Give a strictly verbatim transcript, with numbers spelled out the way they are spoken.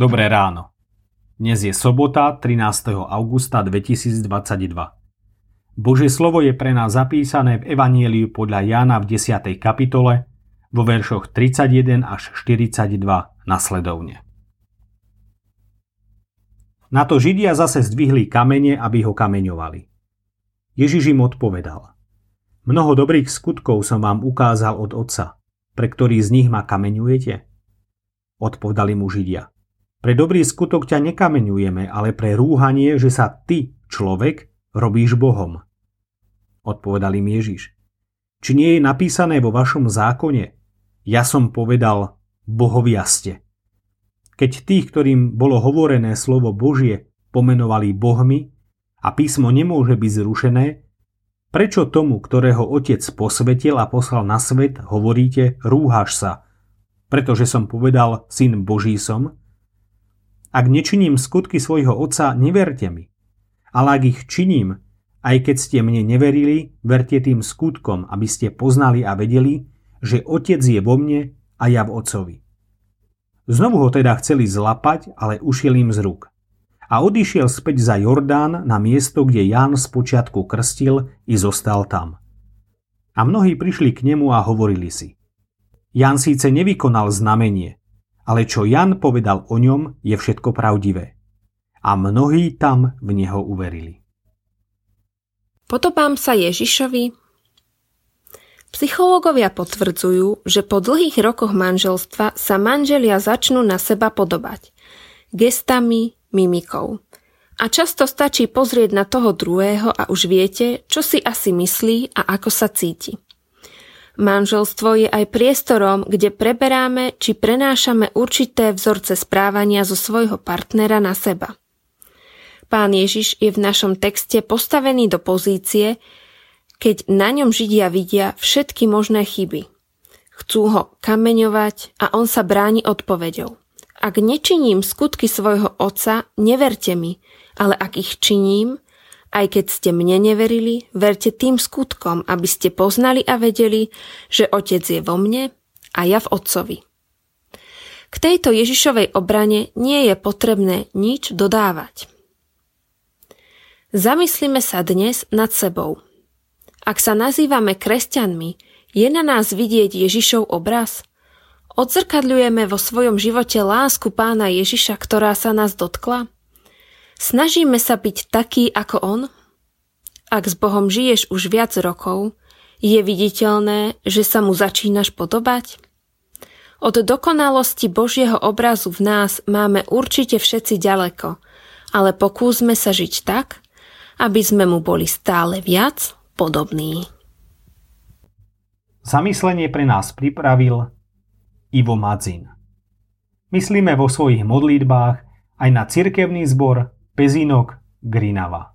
Dobré ráno. Dnes je sobota, trinásteho augusta dvetisícdvadsaťdva. Božie slovo je pre nás zapísané v Evanjeliu podľa Jána v desiatej kapitole vo veršoch tridsaťjeden až štyridsaťdva nasledovne. Na to Židia zase zdvihli kamene, aby ho kameňovali. Ježiš im odpovedal: Mnoho dobrých skutkov som vám ukázal od Otca, pre ktorý z nich ma kameňujete? Odpovedali mu Židia: Pre dobrý skutok ťa nekameňujeme, ale pre rúhanie, že sa ty, človek, robíš Bohom. Odpovedal im Ježiš: Či nie je napísané vo vašom zákone: Ja som povedal, bohovia ste. Keď tých, ktorým bolo hovorené slovo Božie, pomenovali bohmi a písmo nemôže byť zrušené, prečo tomu, ktorého Otec posvetil a poslal na svet, hovoríte, rúhaš sa, pretože som povedal, syn Boží som? Ak nečiním skutky svojho Otca, neverte mi. Ale ak ich činím, aj keď ste mne neverili, verte tým skutkom, aby ste poznali a vedeli, že Otec je vo mne a ja v Otcovi. Znovu ho teda chceli zlapať, ale ušiel im z rúk. A odišiel späť za Jordán na miesto, kde Ján spočiatku krstil, i zostal tam. A mnohí prišli k nemu a hovorili si: Ján síce nevykonal znamenie, ale čo Ján povedal o ňom, je všetko pravdivé. A mnohí tam v neho uverili. Podobám sa Ježišovi? Psychológovia potvrdzujú, že po dlhých rokoch manželstva sa manželia začnú na seba podobať. Gestami, mimikou. A často stačí pozrieť na toho druhého a už viete, čo si asi myslí a ako sa cíti. Manželstvo je aj priestorom, kde preberáme či prenášame určité vzorce správania zo svojho partnera na seba. Pán Ježiš je v našom texte postavený do pozície, keď na ňom Židia vidia všetky možné chyby. Chcú ho kameňovať a on sa bráni odpoveďou. Ak nečiním skutky svojho Otca, neverte mi, ale ak ich činím, aj keď ste mne neverili, verte tým skutkom, aby ste poznali a vedeli, že Otec je vo mne a ja v Otcovi. K tejto Ježišovej obrane nie je potrebné nič dodávať. Zamyslíme sa dnes nad sebou. Ak sa nazývame kresťanmi, je na nás vidieť Ježišov obraz? Odzrkadľujeme vo svojom živote lásku Pána Ježiša, ktorá sa nás dotkla? Snažíme sa byť taký ako on? Ak s Bohom žiješ už viac rokov, je viditeľné, že sa mu začínaš podobať? Od dokonalosti Božieho obrazu v nás máme určite všetci ďaleko, ale pokúsme sa žiť tak, aby sme mu boli stále viac podobný. Zamyslenie pre nás pripravil Ivo Madzin. Myslíme vo svojich modlitbách aj na cirkevný zbor Pezinok Grinava.